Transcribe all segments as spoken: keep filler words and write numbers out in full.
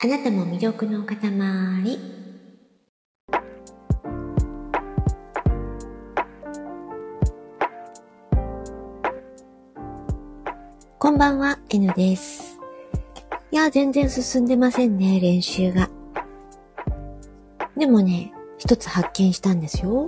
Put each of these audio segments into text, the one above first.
あなたも魅力の塊。こんばんは、N です。いや、全然進んでませんね、練習が。でもね、一つ発見したんですよ。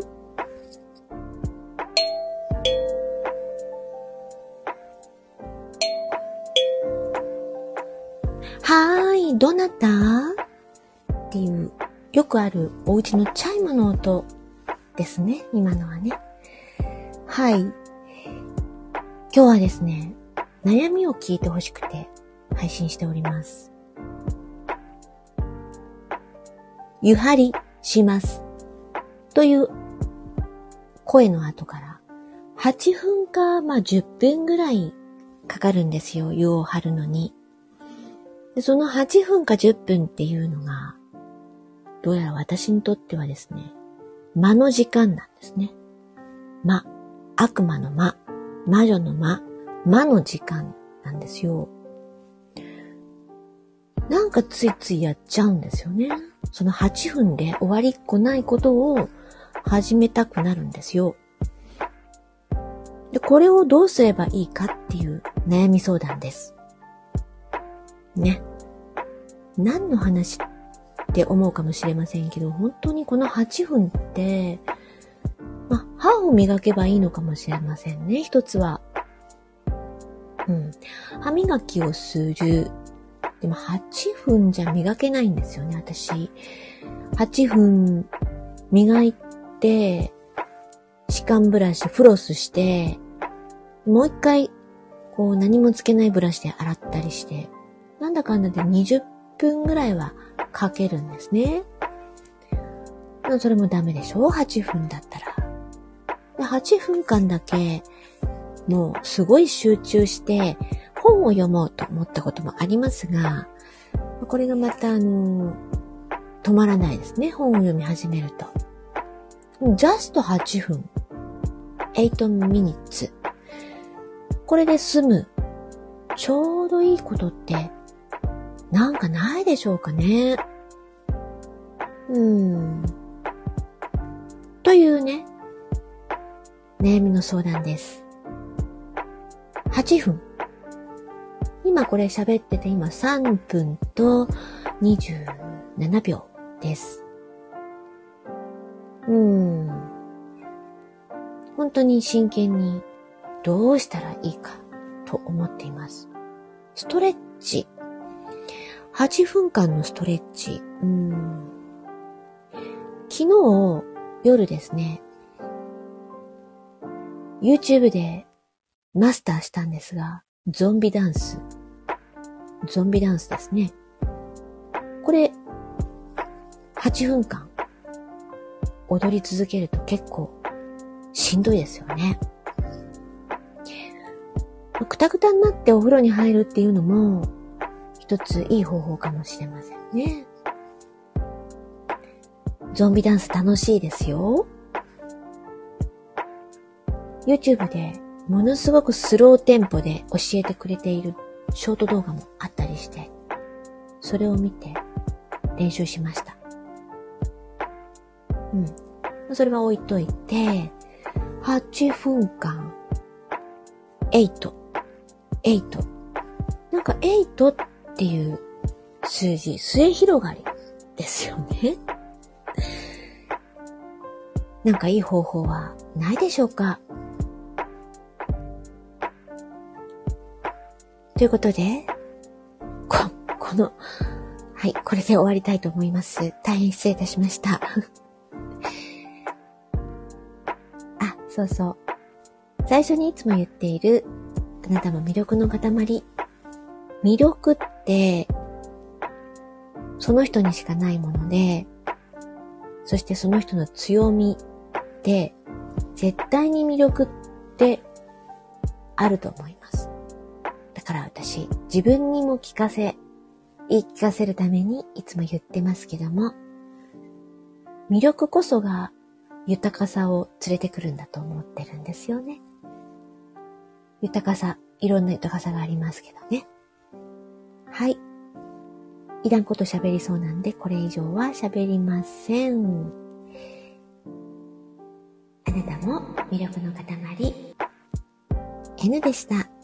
はーい、どなた？っていう、よくあるお家のチャイムの音ですね、今のはね。はい。今日はですね、悩みを聞いてほしくて配信しております。ゆはりしますという声の後からはっぷんか、まあじゅっぷんぐらいかかるんですよ、湯を張るのに。でそのはっぷんかじゅっぷんっていうのが、どうやら私にとってはですね、魔の時間なんですね。魔、悪魔の魔、魔女の魔、魔の時間なんですよ。なんかついついやっちゃうんですよね。そのはっぷんで終わりっこないことを始めたくなるんですよ。で、これをどうすればいいかっていう悩み相談です。ね。何の話って思うかもしれませんけど、本当にこのはっぷんって、まあ、歯を磨けばいいのかもしれませんね、一つは。うん。歯磨きをする。でもはっぷんじゃ磨けないんですよね、私。はっぷん磨いて、歯間ブラシ、フロスして、もう一回、こう何もつけないブラシで洗ったりして、なんだかんだでにじゅっぷんぐらいはかけるんですね。それもダメでしょ ?はっぷんだったら。ではっぷんかんだけ、もうすごい集中して本を読もうと思ったこともありますが、これがまたあの止まらないですね。本を読み始めると。ジャストはっぷん。はちミニッツ。これで済む。ちょうどいいことってなんかないでしょうかね。うーん。というね、悩みの相談です。はっぷん。今これ喋ってて今さんぷんとにじゅうななびょうです。うーん。本当に真剣にどうしたらいいかと思っています。ストレッチ。はっぷんかんのストレッチ。うーん。昨日夜ですね、YouTube でマスターしたんですが、ゾンビダンス。ゾンビダンスですね。これ、はっぷんかん踊り続けると結構しんどいですよね。くたくたになってお風呂に入るっていうのも一ついい方法かもしれませんね。ゾンビダンス楽しいですよ。YouTube でものすごくスローテンポで教えてくれているショート動画もあったりして、それを見て練習しました。うん。それは置いといて、はっぷんかん、はち、はち。なんかはちっていう数字、末広がりですよね。なんかいい方法はないでしょうか。ということで、こ、この、はい、これで終わりたいと思います。大変失礼いたしました。あ、そうそう。最初にいつも言っている、あなたも魅力の塊。魅力って、その人にしかないもので、そしてその人の強みで、絶対に魅力ってあると思います。だから私、自分にも聞かせ、言い聞かせるためにいつも言ってますけども、魅力こそが豊かさを連れてくるんだと思ってるんですよね。豊かさ、いろんな豊かさがありますけどね。はい。 いらんこと喋りそうなんで、これ以上は喋りません。あなたも魅力の塊、N でした。